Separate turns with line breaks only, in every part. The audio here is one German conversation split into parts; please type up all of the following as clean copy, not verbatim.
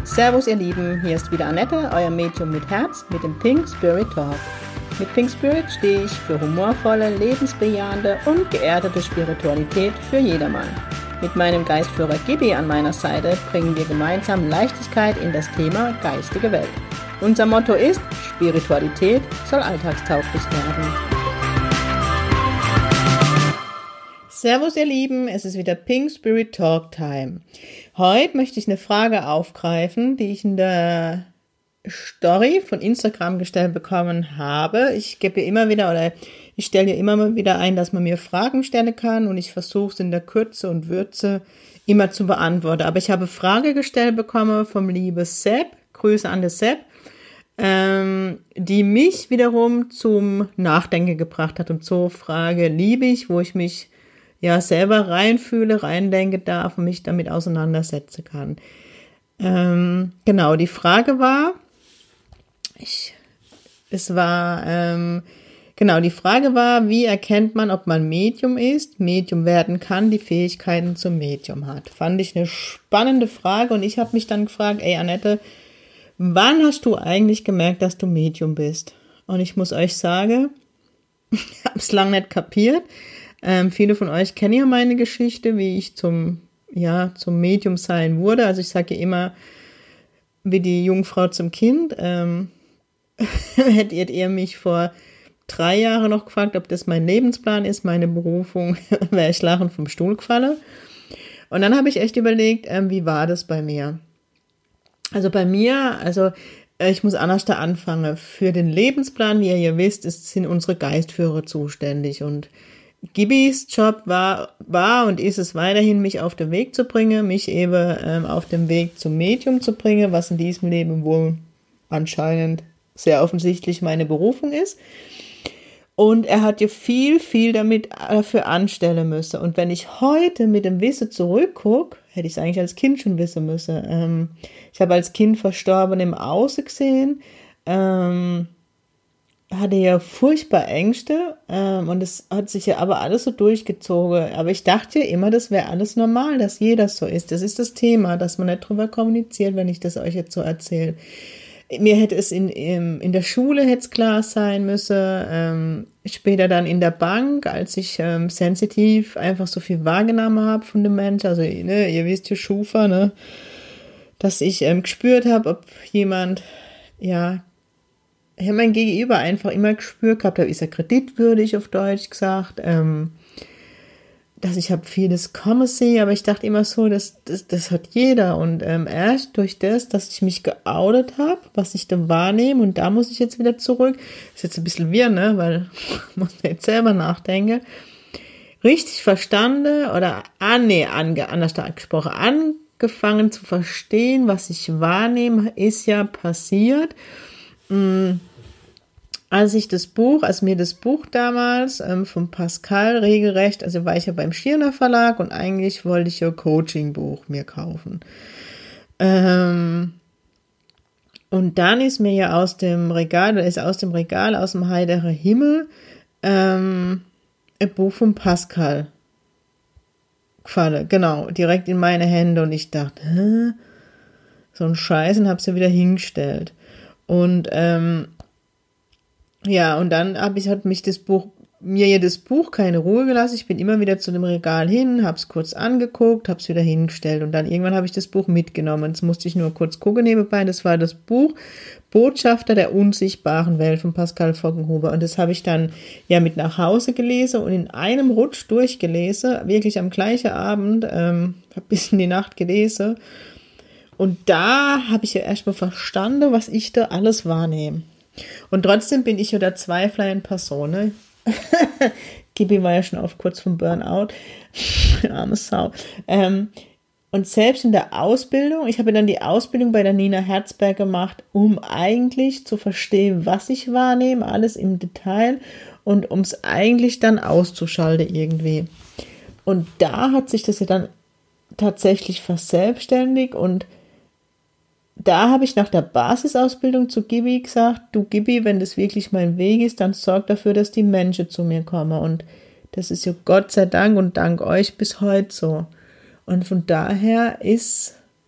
Servus ihr Lieben, hier ist wieder Annette, euer Medium mit Herz mit dem Pink Spirit Talk. Mit Pink Spirit stehe ich für humorvolle, lebensbejahende und geerdete Spiritualität für jedermann. Mit meinem Geistführer Gibi an meiner Seite bringen wir gemeinsam Leichtigkeit in das Thema geistige Welt. Unser Motto ist, Spiritualität soll alltagstauglich werden. Servus ihr Lieben, es ist wieder Pink Spirit Talk Time. Heute möchte ich eine Frage aufgreifen, die ich in der Story von Instagram gestellt bekommen habe. Ich stelle ja immer mal wieder ein, dass man mir Fragen stellen kann und ich versuche es in der Kürze und Würze immer zu beantworten. Aber ich habe Frage gestellt bekommen vom lieben Sepp, Grüße an den Sepp, die mich wiederum zum Nachdenken gebracht hat. Und so Frage liebe ich, wo ich mich ja selber reinfühle, reindenke darf und mich damit auseinandersetzen kann. Genau, die Frage war, wie erkennt man, ob man Medium ist, Medium werden kann, die Fähigkeiten zum Medium hat. Fand ich eine spannende Frage und ich habe mich dann gefragt, Annette, wann hast du eigentlich gemerkt, dass du Medium bist? Und ich muss euch sagen, ich habe es lange nicht kapiert. Viele von euch kennen ja meine Geschichte, wie ich zum Medium sein wurde. Also ich sage ja immer, wie die Jungfrau zum Kind. Hättet ihr mich vor 3 Jahren noch gefragt, ob das mein Lebensplan ist, meine Berufung, wäre ich lachend vom Stuhl gefallen. Und dann habe ich echt überlegt, wie war das bei mir? Also bei mir, ich muss anders da anfangen. Für den Lebensplan, wie ihr ja wisst, sind unsere Geistführer zuständig und Gibis Job war und ist es weiterhin, mich auf den Weg zu bringen, mich eben auf dem Weg zum Medium zu bringen, was in diesem Leben wohl anscheinend sehr offensichtlich meine Berufung ist. Und er hat ja viel dafür anstellen müssen. Und wenn ich heute mit dem Wissen zurückgucke, hätte ich es eigentlich als Kind schon wissen müssen. Ich habe als Kind Verstorben im Außen gesehen, hatte ja furchtbar Ängste und es hat sich ja aber alles so durchgezogen. Aber ich dachte ja immer, das wäre alles normal, dass jeder so ist. Das ist das Thema, dass man nicht drüber kommuniziert, wenn ich das euch jetzt so erzähle. Mir hätte es in der Schule hätte es klar sein müssen, später dann in der Bank, als ich sensitiv einfach so viel wahrgenommen habe von dem Menschen. Also ihr wisst ja Schufa, dass ich gespürt habe, ob jemand, ich habe mein Gegenüber einfach immer gespürt gehabt, da ist er kreditwürdig, auf Deutsch gesagt, dass ich habe vieles kommen sehen, aber ich dachte immer so, das hat jeder und erst durch das, dass ich mich geoutet habe, was ich da wahrnehme und da muss ich jetzt wieder zurück, ist jetzt ein bisschen wirr, weil muss man jetzt selber nachdenken, richtig verstanden oder anders angesprochen, angefangen zu verstehen, was ich wahrnehme, ist ja passiert, als mir das Buch damals von Pascal regelrecht, also war ich ja beim Schirner Verlag und eigentlich wollte ich ja Coaching-Buch mir kaufen. Und dann ist mir ja aus dem Regal, aus dem heiteren Himmel, ein Buch von Pascal gefallen. Genau, direkt in meine Hände und ich dachte, so ein Scheiß und habe sie wieder hingestellt. Und und dann hat mich das Buch keine Ruhe gelassen. Ich bin immer wieder zu dem Regal hin, hab's kurz angeguckt, hab's wieder hingestellt und dann irgendwann habe ich das Buch mitgenommen. Jetzt musste ich nur kurz gucken nebenbei. Das war das Buch Botschafter der unsichtbaren Welt von Pascal Foggenhuber und das habe ich dann mit nach Hause gelesen und in einem Rutsch durchgelesen, wirklich am gleichen Abend, habe bis in die Nacht gelesen und da habe ich ja erstmal verstanden, was ich da alles wahrnehme. Und trotzdem bin ich ja der Zweifler in Person. Ne? Gibi war ja schon auf kurz vom Burnout. Arme Sau. Und selbst in der Ausbildung, ich habe dann die Ausbildung bei der Nina Herzberg gemacht, um eigentlich zu verstehen, was ich wahrnehme, alles im Detail und um es eigentlich dann auszuschalten irgendwie. Und da hat sich das ja dann tatsächlich verselbstständigt und da habe ich nach der Basisausbildung zu Gibi gesagt, du Gibi, wenn das wirklich mein Weg ist, dann sorg dafür, dass die Menschen zu mir kommen. Und das ist ja Gott sei Dank und dank euch bis heute so. Und von daher ist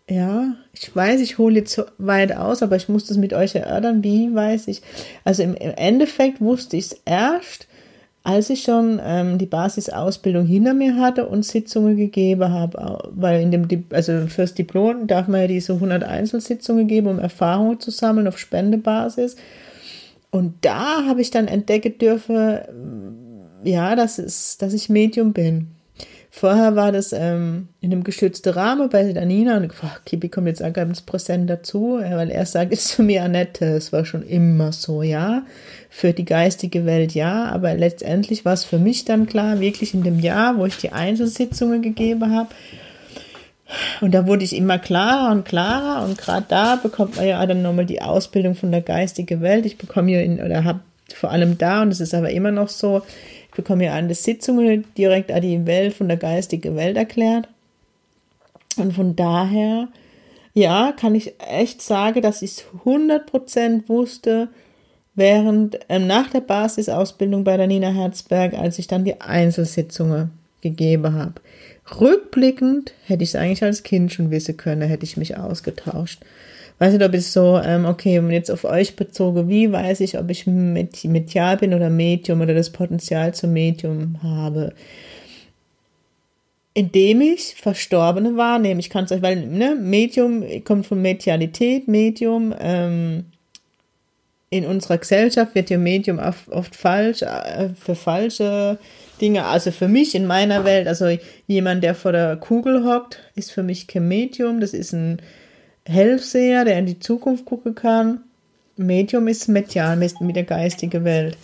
ja, ich weiß, ich hole jetzt so weit aus, aber ich muss das mit euch erörtern, wie weiß ich. Also im Endeffekt wusste ich es erst, als ich schon die Basisausbildung hinter mir hatte und Sitzungen gegeben habe, weil also fürs Diplom darf man ja diese 100 Einzelsitzungen geben, um Erfahrungen zu sammeln auf Spendebasis. Und da habe ich dann entdecken dürfen, ja, dass ich Medium bin. Vorher war das in einem geschützten Rahmen bei der Nina und Kibi kommt jetzt auch ganz präsent dazu, weil er sagt, ist zu mir Annette, es war schon immer so, ja, für die geistige Welt ja, aber letztendlich war es für mich dann klar, wirklich in dem Jahr, wo ich die Einzelsitzungen gegeben habe, und da wurde ich immer klarer und gerade da bekommt man ja dann nochmal die Ausbildung von der geistigen Welt. Ich bekomme ja oder habe vor allem da, und es ist aber immer noch so, ich bekomme ja an der Sitzungen direkt an die Welt von der geistigen Welt erklärt. Und von daher, ja, kann ich echt sagen, dass ich es 100% wusste, nach der Basisausbildung bei der Nina Herzberg, als ich dann die Einzelsitzungen gegeben habe. Rückblickend hätte ich es eigentlich als Kind schon wissen können, hätte ich mich ausgetauscht. Weiß nicht, ob ich so, okay, und jetzt auf euch bezogen, wie weiß ich, ob ich medial bin oder Medium oder das Potenzial zum Medium habe? Indem ich Verstorbene wahrnehme. Ich kann es euch, weil Medium kommt von Medialität, Medium. In unserer Gesellschaft wird ja Medium oft falsch, für falsche Dinge, also für mich in meiner Welt, also jemand, der vor der Kugel hockt, ist für mich kein Medium, das ist ein Hellseher, der in die Zukunft gucken kann. Medium ist medial, mit der geistigen Welt.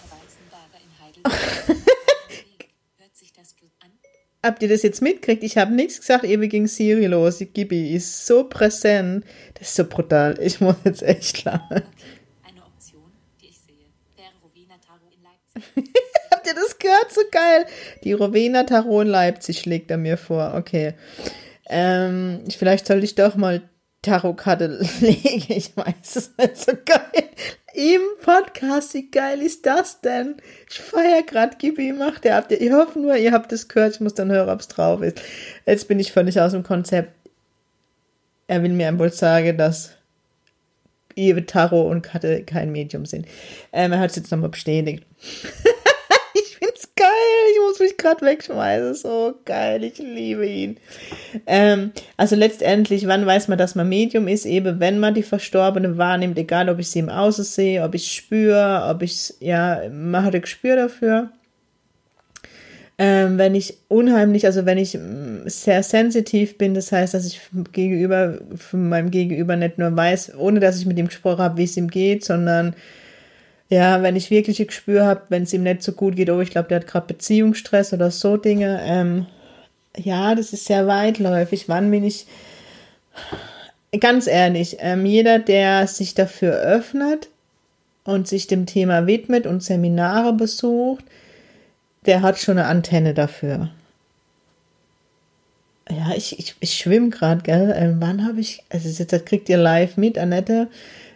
Habt ihr das jetzt mitgekriegt? Ich habe nichts gesagt, eben ging Siri los. Die Gibi ist so präsent, das ist so brutal. Ich muss jetzt echt lachen.
Eine Option, die ich sehe, wäre Rowena Tarot in Leipzig.
Habt ihr das gehört? So geil. Die Rowena Tarot in Leipzig schlägt er mir vor. Okay. Vielleicht sollte ich doch mal Tarotkarte legen. Ich weiß, es nicht so geil. Im Podcast, wie geil ist das denn? Ich feiere gerade, Gibi macht. Ich hoffe nur, ihr habt es gehört. Ich muss dann hören, ob es drauf ist. Jetzt bin ich völlig aus dem Konzept. Er will mir wohl sagen, dass Tarot und Karte kein Medium sind. Er hat es jetzt nochmal bestätigt. Ich find's geil. Ich muss mich gerade wegschmeißen. So geil. Ich liebe ihn. Also letztendlich, wann weiß man, dass man Medium ist? Eben, wenn man die Verstorbene wahrnimmt, egal ob ich sie im Außen sehe, ob ich spüre, man hat ein Gespür dafür. Wenn ich wenn ich sehr sensitiv bin, das heißt, dass ich von meinem Gegenüber nicht nur weiß, ohne dass ich mit ihm gesprochen habe, wie es ihm geht, sondern ja, wenn ich wirklich ein Gespür habe, wenn es ihm nicht so gut geht, ich glaube, der hat gerade Beziehungsstress oder so Dinge, das ist sehr weitläufig. Wann bin ich, ganz ehrlich, jeder, der sich dafür öffnet und sich dem Thema widmet und Seminare besucht, der hat schon eine Antenne dafür. Ja, ich schwimme gerade, gell? Wann habe ich, also jetzt kriegt ihr live mit, Annette.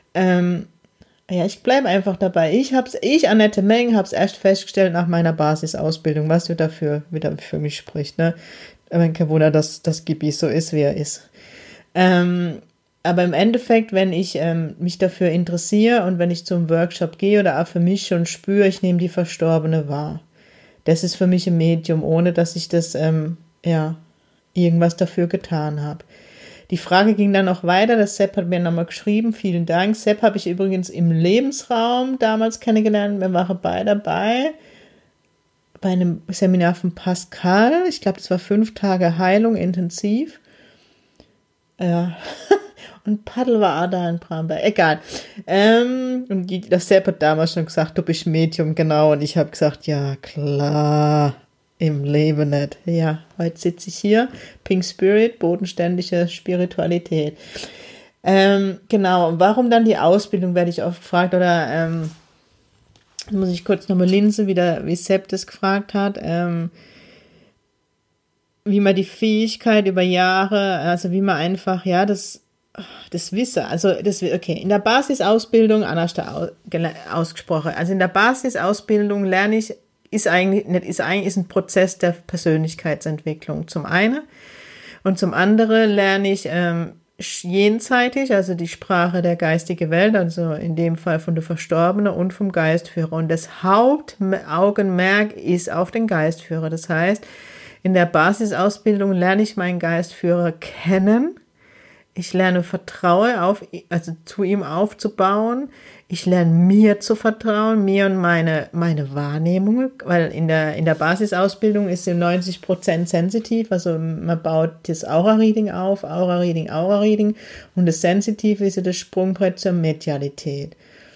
Ich bleibe einfach dabei. Ich, Annette Meng, habe es erst festgestellt nach meiner Basisausbildung, was dafür wieder für mich spricht. Ne? Kein Wunder, dass das Gibi so ist, wie er ist. Aber im Endeffekt, wenn ich mich dafür interessiere und wenn ich zum Workshop gehe oder auch für mich schon spüre, ich nehme die Verstorbene wahr. Das ist für mich ein Medium, ohne dass ich das, irgendwas dafür getan habe. Die Frage ging dann noch weiter, der Sepp hat mir nochmal geschrieben, vielen Dank. Sepp habe ich übrigens im Lebensraum damals kennengelernt, wir waren beide dabei, bei einem Seminar von Pascal, ich glaube, das war 5 Tage Heilung intensiv. Ja, und Paddel war auch da in Bramberg, egal. Und der Sepp hat damals schon gesagt, du bist Medium, genau, und ich habe gesagt, ja klar, im Leben nicht. Ja, heute sitze ich hier, Pink Spirit, bodenständige Spiritualität. Genau, warum dann die Ausbildung, werde ich oft gefragt, oder muss ich kurz nochmal linsen, wie Sepp das gefragt hat, wie man die Fähigkeit über Jahre, also wie man einfach, das Wissen, also in der Basisausbildung, anders ausgesprochen, also in der Basisausbildung lerne ich, ist ein Prozess der Persönlichkeitsentwicklung zum einen. Und zum anderen lerne ich jenseitig, also die Sprache der geistigen Welt, also in dem Fall von der Verstorbenen und vom Geistführer. Und das Hauptaugenmerk ist auf den Geistführer. Das heißt, in der Basisausbildung lerne ich meinen Geistführer kennen. Ich lerne Vertrauen zu ihm aufzubauen. Ich lerne mir zu vertrauen, mir und meine Wahrnehmung, weil in der Basisausbildung ist sie 90% sensitiv, also man baut das Aura-Reading auf, Aura-Reading, und das Sensitive ist ja das Sprungbrett zur Medialität.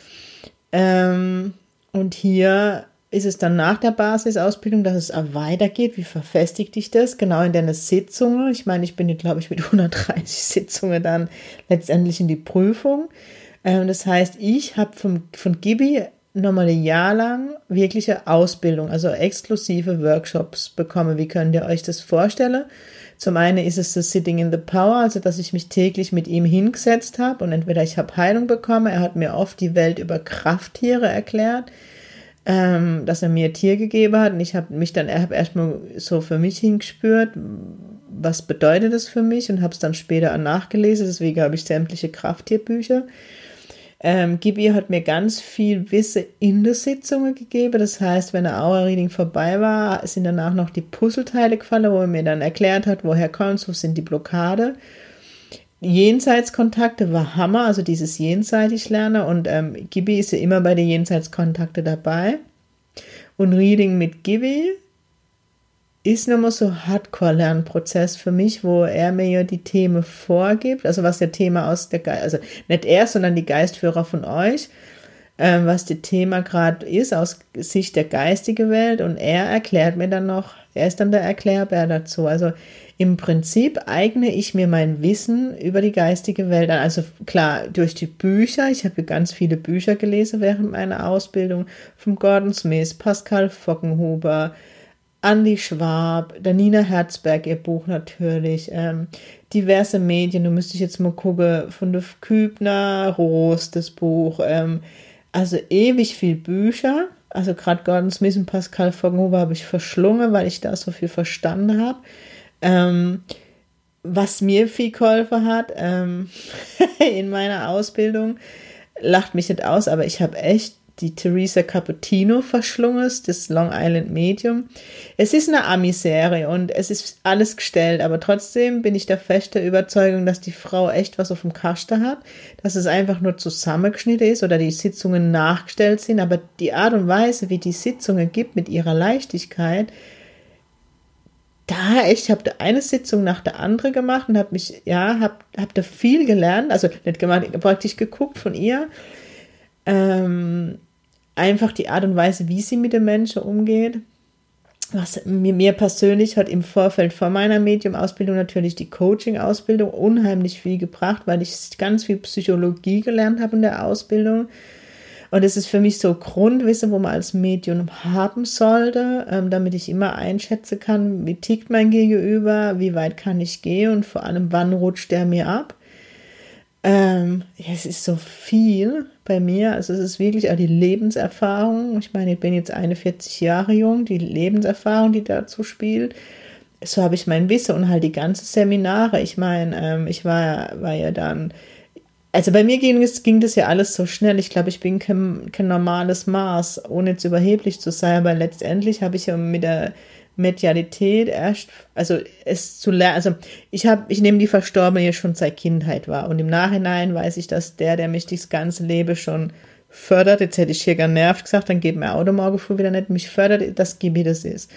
Und hier ist es dann nach der Basisausbildung, dass es auch weitergeht. Wie verfestigt dich das? Genau in deine Sitzungen. Ich meine, ich bin jetzt, glaube ich, mit 130 Sitzungen dann letztendlich in die Prüfung. Das heißt, ich habe von Gibi nochmal ein Jahr lang wirkliche Ausbildung, also exklusive Workshops bekommen. Wie könnt ihr euch das vorstellen? Zum einen ist es das Sitting in the Power, also dass ich mich täglich mit ihm hingesetzt habe und entweder ich habe Heilung bekommen, er hat mir oft die Welt über Krafttiere erklärt, dass er mir ein Tier gegeben hat, und ich habe erstmal so für mich hingespürt, was bedeutet das für mich, und habe es dann später nachgelesen, deswegen habe ich sämtliche Krafttierbücher. Gibi hat mir ganz viel Wissen in der Sitzungen gegeben, das heißt, wenn der Aura-Reading vorbei war, sind danach noch die Puzzleteile gefallen, wo er mir dann erklärt hat, woher kommt's, wo sind die Blockade. Jenseitskontakte war Hammer, also dieses jenseitig lernen, und Gibi ist ja immer bei den Jenseitskontakte dabei. Und Reading mit Gibi ist nochmal so Hardcore-Lernprozess für mich, wo er mir ja die Themen vorgibt, also was der Thema also nicht er, sondern die Geistführer von euch, was das Thema gerade ist aus Sicht der geistigen Welt, und er erklärt mir dann noch, er ist dann der Erklärbär dazu. Also im Prinzip eigne ich mir mein Wissen über die geistige Welt an. Also klar, durch die Bücher, ich habe ganz viele Bücher gelesen während meiner Ausbildung, von Gordon Smith, Pascal Fockenhuber, Andi Schwab, der Nina Herzberg, ihr Buch natürlich, diverse Medien, du müsstest jetzt mal gucken, von der Kübner, Roos, das Buch, also ewig viel Bücher, also gerade Gordon Smith und Pascal Fockenhuber habe ich verschlungen, weil ich da so viel verstanden habe. Was mir viel geholfen hat in meiner Ausbildung, lacht mich nicht aus, aber ich habe echt die Teresa Cappuccino verschlungen, das Long Island Medium. Es ist eine Ami-Serie und es ist alles gestellt, aber trotzdem bin ich der festen Überzeugung, dass die Frau echt was auf dem Kasten hat, dass es einfach nur zusammengeschnitten ist oder die Sitzungen nachgestellt sind, aber die Art und Weise, wie die Sitzungen gibt mit ihrer Leichtigkeit, ich habe da eine Sitzung nach der anderen gemacht und habe da viel gelernt, also nicht gemacht, praktisch geguckt von ihr, einfach die Art und Weise, wie sie mit den Menschen umgeht. Was mir persönlich hat im Vorfeld vor meiner Medium-Ausbildung natürlich die Coaching-Ausbildung unheimlich viel gebracht, weil ich ganz viel Psychologie gelernt habe in der Ausbildung. Und es ist für mich so Grundwissen, wo man als Medium haben sollte, damit ich immer einschätzen kann, wie tickt mein Gegenüber, wie weit kann ich gehen und vor allem, wann rutscht der mir ab. Es ist so viel bei mir, also es ist wirklich auch die Lebenserfahrung. Ich meine, ich bin jetzt 41 Jahre jung, die Lebenserfahrung, die dazu spielt. So habe ich mein Wissen und halt die ganzen Seminare. Ich meine, ich war ja dann, also bei mir ging das ja alles so schnell. Ich glaube, ich bin kein normales Maß, ohne jetzt überheblich zu sein, aber letztendlich habe ich ja mit der Medialität erst, also es zu lernen, also ich nehme die Verstorbene ja schon seit Kindheit wahr, und im Nachhinein weiß ich, dass der mich das ganze Leben schon fördert, jetzt hätte ich hier gar nervt gesagt, dann geht mir Auto morgen früh wieder nicht, mich fördert, das Gibi das ist.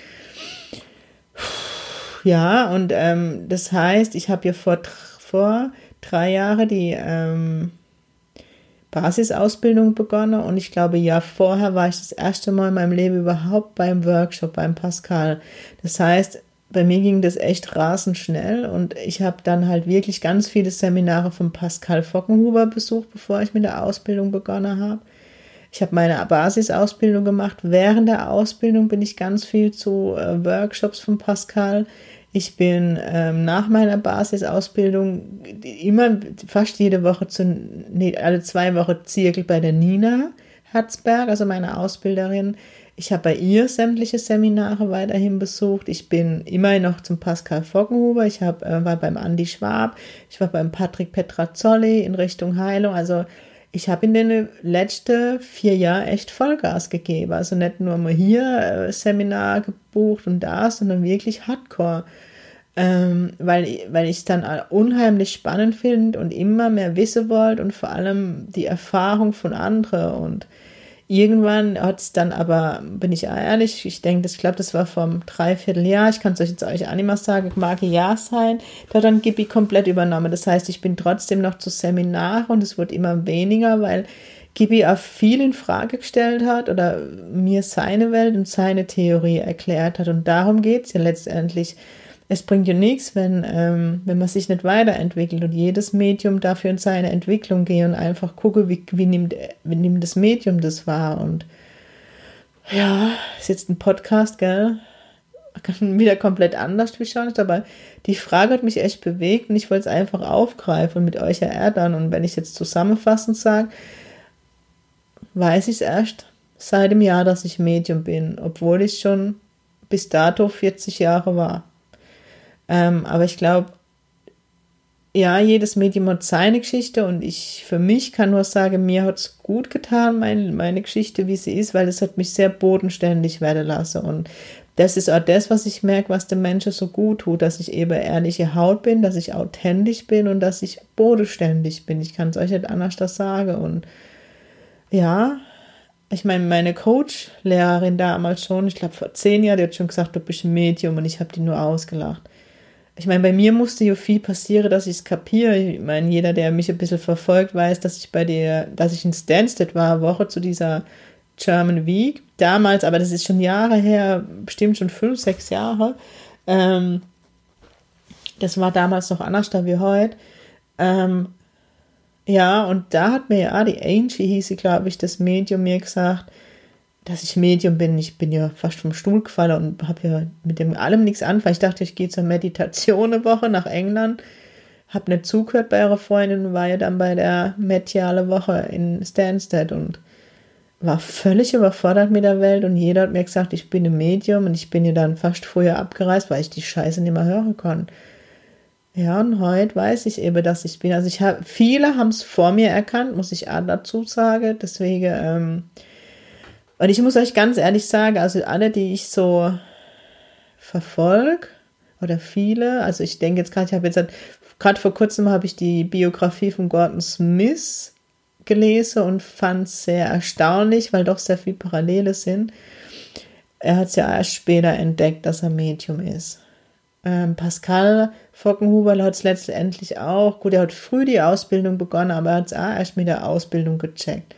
Ja, und das heißt, ich habe ja vor 3 Jahren die Basisausbildung begonnen, und ich glaube, ja, vorher war ich das erste Mal in meinem Leben überhaupt beim Workshop, beim Pascal. Das heißt, bei mir ging das echt rasend schnell, und ich habe dann halt wirklich ganz viele Seminare von Pascal Fockenhuber besucht, bevor ich mit der Ausbildung begonnen habe. Ich habe meine Basisausbildung gemacht. Während der Ausbildung bin ich ganz viel zu Workshops von Pascal. Ich bin nach meiner Basisausbildung immer fast jede Woche alle 2 Wochen Zirkel bei der Nina Herzberg, also meiner Ausbilderin. Ich habe bei ihr sämtliche Seminare weiterhin besucht. Ich bin immerhin noch zum Pascal Foggenhuber. War beim Andi Schwab. Ich war beim Patrick Petrazzoli in Richtung Heilung. Also ich habe in den letzten 4 Jahren echt Vollgas gegeben. Also nicht nur mal hier Seminar gebucht und da, sondern wirklich Hardcore. Weil ich es dann unheimlich spannend finde und immer mehr wissen wollte und vor allem die Erfahrung von anderen. Und irgendwann hat es dann aber, bin ich ehrlich, ich glaube, das war vor 3/4 Jahr, ich kann es euch jetzt auch nicht mehr sagen, mag ein Jahr sein, da hat dann Gibi komplett übernommen. Das heißt, ich bin trotzdem noch zu Seminaren und es wird immer weniger, weil Gibi auch viel in Frage gestellt hat oder mir seine Welt und seine Theorie erklärt hat. Und darum geht es ja letztendlich. Es bringt ja nichts, wenn man sich nicht weiterentwickelt und jedes Medium dafür in seine Entwicklung geht und einfach gucke, wie nimmt das Medium das wahr. Und ja, ist jetzt ein Podcast, gell? Kann wieder komplett anders wie schon, aber die Frage hat mich echt bewegt und ich wollte es einfach aufgreifen und mit euch erörtern. Und wenn ich jetzt zusammenfassend sage, weiß ich es erst seit dem Jahr, dass ich Medium bin, obwohl ich schon bis dato 40 Jahre war. Aber ich glaube, ja, jedes Medium hat seine Geschichte und ich für mich kann nur sagen, mir hat es gut getan, meine Geschichte, wie sie ist, weil es hat mich sehr bodenständig werden lassen. Und das ist auch das, was ich merke, was dem Menschen so gut tut, dass ich eben ehrliche Haut bin, dass ich authentisch bin und dass ich bodenständig bin. Ich kann es euch nicht anders das sagen. Und ja, ich meine, meine Coach-Lehrerin damals schon, ich glaube vor 10 Jahren, die hat schon gesagt, du bist ein Medium und ich habe die nur ausgelacht. Ich meine, bei mir musste ja viel passieren, dass ich es kapiere. Ich meine, jeder, der mich ein bisschen verfolgt, weiß, dass ich in Stansted war, eine Woche zu dieser German Week. Damals, aber das ist schon Jahre her, bestimmt schon 5, 6 Jahre. Das war damals noch anders da wie heute. Ja, und da hat mir ja, die Angie hieß sie, glaube ich, das Medium mir gesagt, dass ich Medium bin. Ich bin ja fast vom Stuhl gefallen und habe ja mit dem allem nichts anfangen. Ich dachte, ich gehe zur Meditation eine Woche nach England, habe nicht zugehört bei ihrer Freundin und war ja dann bei der mediale Woche in Stansted und war völlig überfordert mit der Welt und jeder hat mir gesagt, ich bin ein Medium und ich bin ja dann fast früher abgereist, weil ich die Scheiße nicht mehr hören konnte. Ja, und heute weiß ich eben, dass ich bin. Also viele haben es vor mir erkannt, muss ich auch dazu sagen. Deswegen, und ich muss euch ganz ehrlich sagen, also alle, die ich so verfolge, oder viele, also ich denke jetzt gerade vor kurzem habe ich die Biografie von Gordon Smith gelesen und fand es sehr erstaunlich, weil doch sehr viele Parallele sind. Er hat es ja erst später entdeckt, dass er Medium ist. Pascal Foggenhuber hat es letztendlich auch, gut, er hat früh die Ausbildung begonnen, aber er hat es auch erst mit der Ausbildung gecheckt.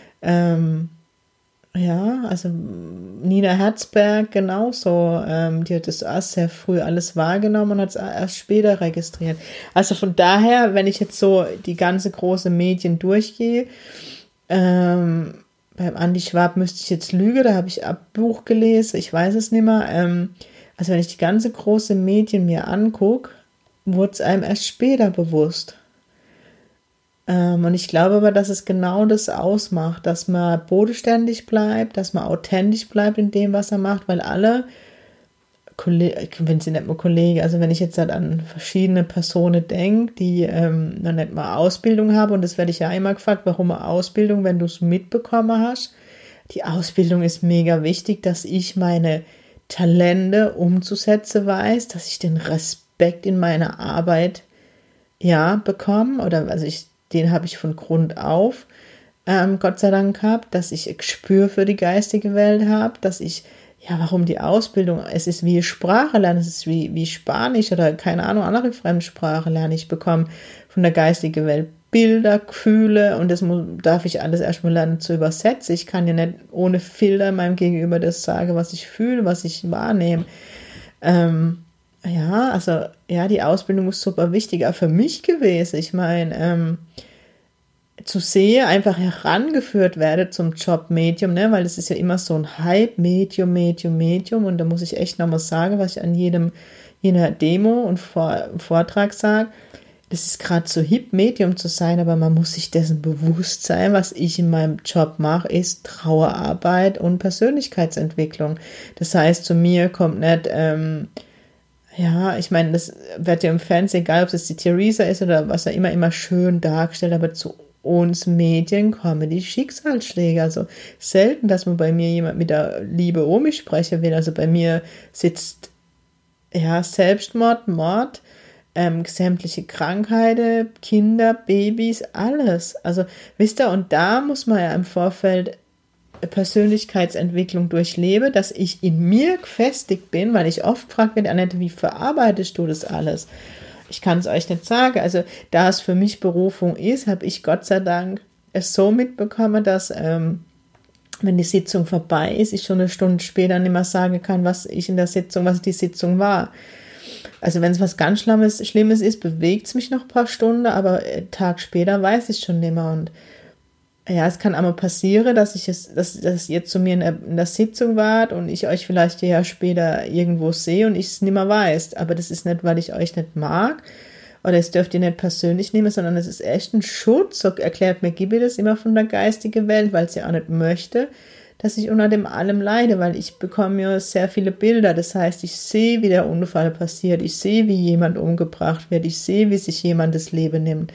Ja, also Nina Herzberg genauso, die hat das auch sehr früh alles wahrgenommen und hat es erst später registriert. Also von daher, wenn ich jetzt so die ganze große Medien durchgehe, beim Andi Schwab müsste ich jetzt lügen, da habe ich ein Buch gelesen, ich weiß es nicht mehr. Also wenn ich die ganze große Medien mir angucke, wurde es einem erst später bewusst. Und ich glaube aber, dass es genau das ausmacht, dass man bodenständig bleibt, dass man authentisch bleibt in dem, was er macht, weil alle wenn sie nicht mal Kollegen, also wenn ich jetzt halt an verschiedene Personen denke, die noch nicht mal Ausbildung haben, und das werde ich ja immer gefragt, warum eine Ausbildung, wenn du es mitbekommen hast. Die Ausbildung ist mega wichtig, dass ich meine Talente umzusetzen weiß, dass ich den Respekt in meiner Arbeit bekomme, oder also den habe ich von Grund auf Gott sei Dank gehabt, dass ich ein Gespür für die geistige Welt habe, dass ich, warum die Ausbildung, es ist wie Sprache lernen, es ist wie Spanisch oder keine Ahnung, andere Fremdsprache lernen. Ich bekomme von der geistigen Welt Bilder, Gefühle und das darf ich alles erstmal lernen zu übersetzen. Ich kann ja nicht ohne Filter meinem Gegenüber das sagen, was ich fühle, was ich wahrnehme. Die Ausbildung ist super wichtig, auch für mich gewesen. Ich meine, zu sehen, einfach herangeführt werde zum Job Medium, ne, weil es ist ja immer so ein Hype, Medium, und da muss ich echt nochmal sagen, was ich an jeder Demo und Vortrag sage, das ist gerade so hip, Medium zu sein, aber man muss sich dessen bewusst sein, was ich in meinem Job mache, ist Trauerarbeit und Persönlichkeitsentwicklung. Das heißt, zu mir kommt nicht, ja, ich meine, das wird ja im Fernsehen, egal ob es die Theresa ist oder was er immer schön dargestellt, aber zu uns Medien kommen die Schicksalsschläge. Also selten, dass man bei mir jemand mit der Liebe um mich sprechen will. Also bei mir sitzt ja Selbstmord, Mord, sämtliche Krankheiten, Kinder, Babys, alles. Also wisst ihr, und da muss man ja im Vorfeld Persönlichkeitsentwicklung durchlebe, dass ich in mir gefestigt bin, weil ich oft gefragt werde, Annette, wie verarbeitest du das alles? Ich kann es euch nicht sagen. Also da es für mich Berufung ist, habe ich Gott sei Dank es so mitbekommen, dass wenn die Sitzung vorbei ist, ich schon eine Stunde später nicht mehr sagen kann, was die Sitzung war. Also wenn es was ganz Schlimmes ist, bewegt es mich noch ein paar Stunden, aber einen Tag später weiß ich schon nicht mehr. Und ja, es kann einmal passieren, dass ihr zu mir in der Sitzung wart und ich euch vielleicht ein Jahr später irgendwo sehe und ich es nicht mehr weiß. Aber das ist nicht, weil ich euch nicht mag oder das dürft ihr nicht persönlich nehmen, sondern es ist echt ein Schutz. So erklärt mir Gibi das immer von der geistigen Welt, weil sie auch nicht möchte, dass ich unter dem allem leide, weil ich bekomme ja sehr viele Bilder. Das heißt, ich sehe, wie der Unfall passiert, ich sehe, wie jemand umgebracht wird, ich sehe, wie sich jemand das Leben nimmt.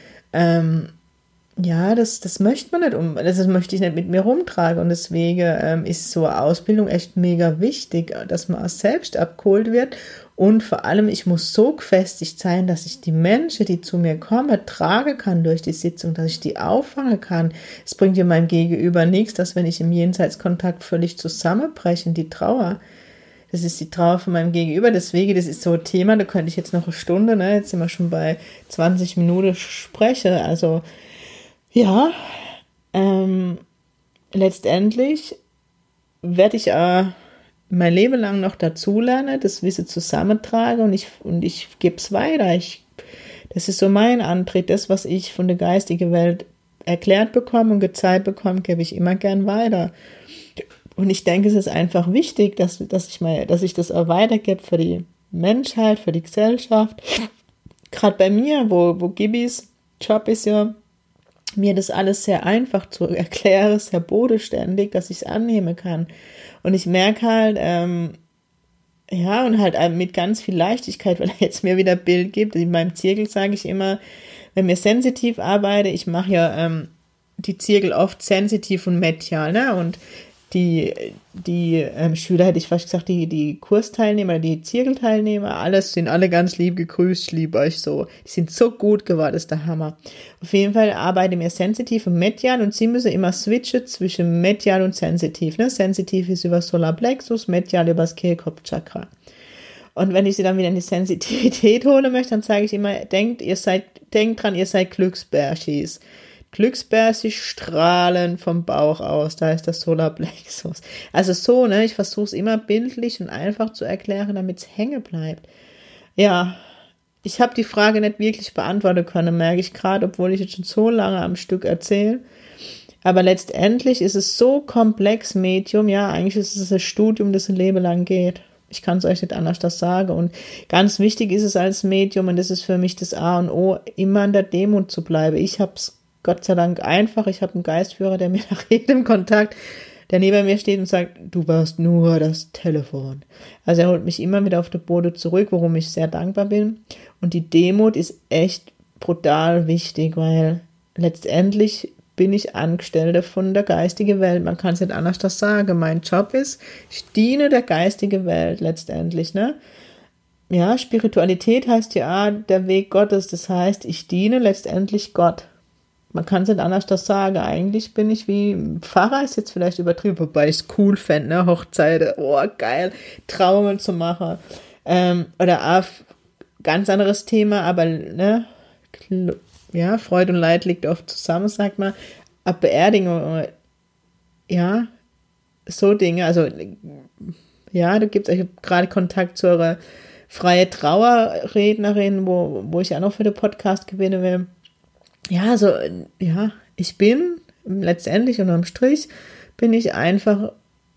Ja, das möchte man nicht das möchte ich nicht mit mir rumtragen und deswegen ist so eine Ausbildung echt mega wichtig, dass man auch selbst abgeholt wird und vor allem, ich muss so gefestigt sein, dass ich die Menschen, die zu mir kommen, tragen kann durch die Sitzung, dass ich die auffangen kann. Es bringt ja meinem Gegenüber nichts, dass wenn ich im Jenseitskontakt völlig zusammenbreche, die Trauer, das ist die Trauer von meinem Gegenüber, deswegen, das ist so ein Thema, da könnte ich jetzt noch eine Stunde, ne, jetzt sind wir schon bei 20 Minuten sprechen, also ja, letztendlich werde ich mein Leben lang noch dazulernen, das Wissen zusammentragen und ich gebe es weiter. Das ist so mein Antritt, das, was ich von der geistigen Welt erklärt bekomme und gezeigt bekomme, gebe ich immer gern weiter. Und ich denke, es ist einfach wichtig, dass ich das auch weitergebe für die Menschheit, für die Gesellschaft. Gerade bei mir, wo Gibis Job ist ja, mir das alles sehr einfach zu erklären, sehr bodenständig, dass ich es annehmen kann. Und ich merke halt, ja, und halt mit ganz viel Leichtigkeit, weil er jetzt mir wieder ein Bild gibt. In meinem Zirkel sage ich immer, wenn wir sensitiv arbeiten, ich mache ja die Zirkel oft sensitiv und medial, ne? Und die Schüler, hätte ich fast gesagt, die Kursteilnehmer, die Zirkelteilnehmer, sind alle ganz lieb gegrüßt, ich liebe euch so. Die sind so gut geworden, das ist der Hammer. Auf jeden Fall arbeiten wir sensitiv und medial und sie müssen immer switchen zwischen medial und sensitiv. Ne? Sensitiv ist über Solarplexus, medial über das Kehlkopfchakra. Und wenn ich sie dann wieder in die Sensitivität holen möchte, dann sage ich immer, denkt dran, ihr seid Glücksbärschis. Glücksbärchen strahlen vom Bauch aus, da ist das Solarplexus. Also so, ne, ich versuche es immer bildlich und einfach zu erklären, damit es hängen bleibt. Ja, ich habe die Frage nicht wirklich beantworten können, merke ich gerade, obwohl ich jetzt schon so lange am Stück erzähle. Aber letztendlich ist es so komplex, Medium, ja, eigentlich ist es ein Studium, das ein Leben lang geht. Ich kann es euch nicht anders das sagen. Und ganz wichtig ist es als Medium, und das ist für mich das A und O, immer in der Demut zu bleiben. Ich habe es Gott sei Dank einfach. Ich habe einen Geistführer, der mir nach jedem Kontakt, der neben mir steht und sagt, du warst nur das Telefon. Also er holt mich immer wieder auf den Boden zurück, worum ich sehr dankbar bin. Und die Demut ist echt brutal wichtig, weil letztendlich bin ich Angestellte von der geistigen Welt. Man kann es nicht anders das sagen. Mein Job ist, ich diene der geistigen Welt letztendlich, ne? Ja, Spiritualität heißt ja der Weg Gottes. Das heißt, ich diene letztendlich Gott. Man kann es nicht anders das sagen. Eigentlich bin ich wie Pfarrer, ist jetzt vielleicht übertrieben, wobei ich es cool fände, ne? Hochzeiten, oh geil, Trauungen zu machen. Oder auch ganz anderes Thema, aber ne, ja, Freude und Leid liegt oft zusammen, sagt man. Ab Beerdigung, ja, so Dinge, also ja, da gibt es gerade Kontakt zu einer freie Trauerrednerin, wo ich auch noch für den Podcast gewinnen will. Ja, so, ja, ich bin letztendlich unterm Strich bin ich einfach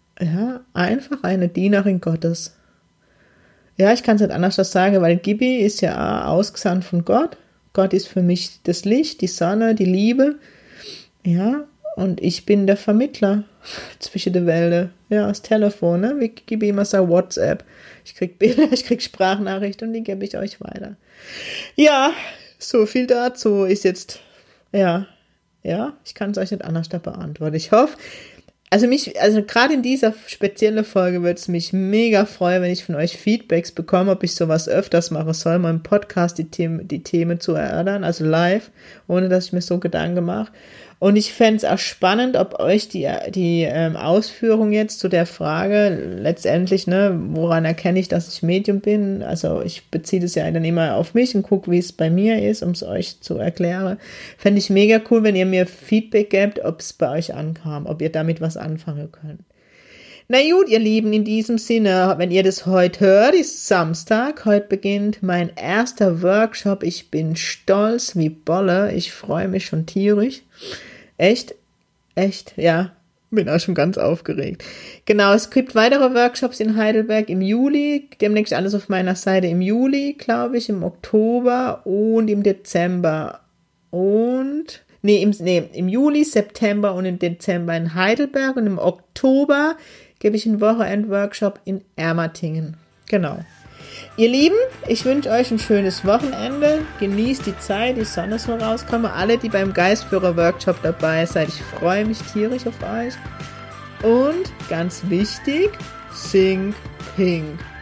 eine Dienerin Gottes. Ja, ich kann es nicht anders sagen, weil Gibi ist ja ausgesandt von Gott. Gott ist für mich das Licht, die Sonne, die Liebe. Ja, und ich bin der Vermittler zwischen den Welten. Ja, das Telefon, ne? Ich gebe immer so WhatsApp. Ich krieg Bilder, ich krieg Sprachnachrichten und die gebe ich euch weiter. Ja, so viel dazu ist jetzt, ja, ich kann es euch nicht anders da beantworten. Ich hoffe, also gerade in dieser speziellen Folge würde es mich mega freuen, wenn ich von euch Feedbacks bekomme, ob ich sowas öfters machen soll, mal im Podcast die Themen zu erörtern, also live, ohne dass ich mir so Gedanken mache. Und ich fände es auch spannend, ob euch die Ausführung jetzt zu der Frage letztendlich, ne, woran erkenne ich, dass ich Medium bin? Also ich beziehe das ja dann immer auf mich und gucke, wie es bei mir ist, um es euch zu erklären. Fände ich mega cool, wenn ihr mir Feedback gebt, ob es bei euch ankam, ob ihr damit was anfangen könnt. Na gut, ihr Lieben, in diesem Sinne, wenn ihr das heute hört, ist Samstag. Heute beginnt mein erster Workshop. Ich bin stolz wie Bolle. Ich freue mich schon tierisch. Echt, ja, bin auch schon ganz aufgeregt. Genau, es gibt weitere Workshops in Heidelberg im Juli, demnächst alles auf meiner Seite im Juli, glaube ich, im Oktober und im Dezember im Juli, September und im Dezember in Heidelberg und im Oktober gebe ich einen Wochenend-Workshop in Ermatingen. Genau. Ihr Lieben, ich wünsche euch ein schönes Wochenende. Genießt die Zeit, die Sonne soll rauskommen. Alle, die beim Geistführer-Workshop dabei seid, ich freue mich tierisch auf euch. Und ganz wichtig, Think Pink.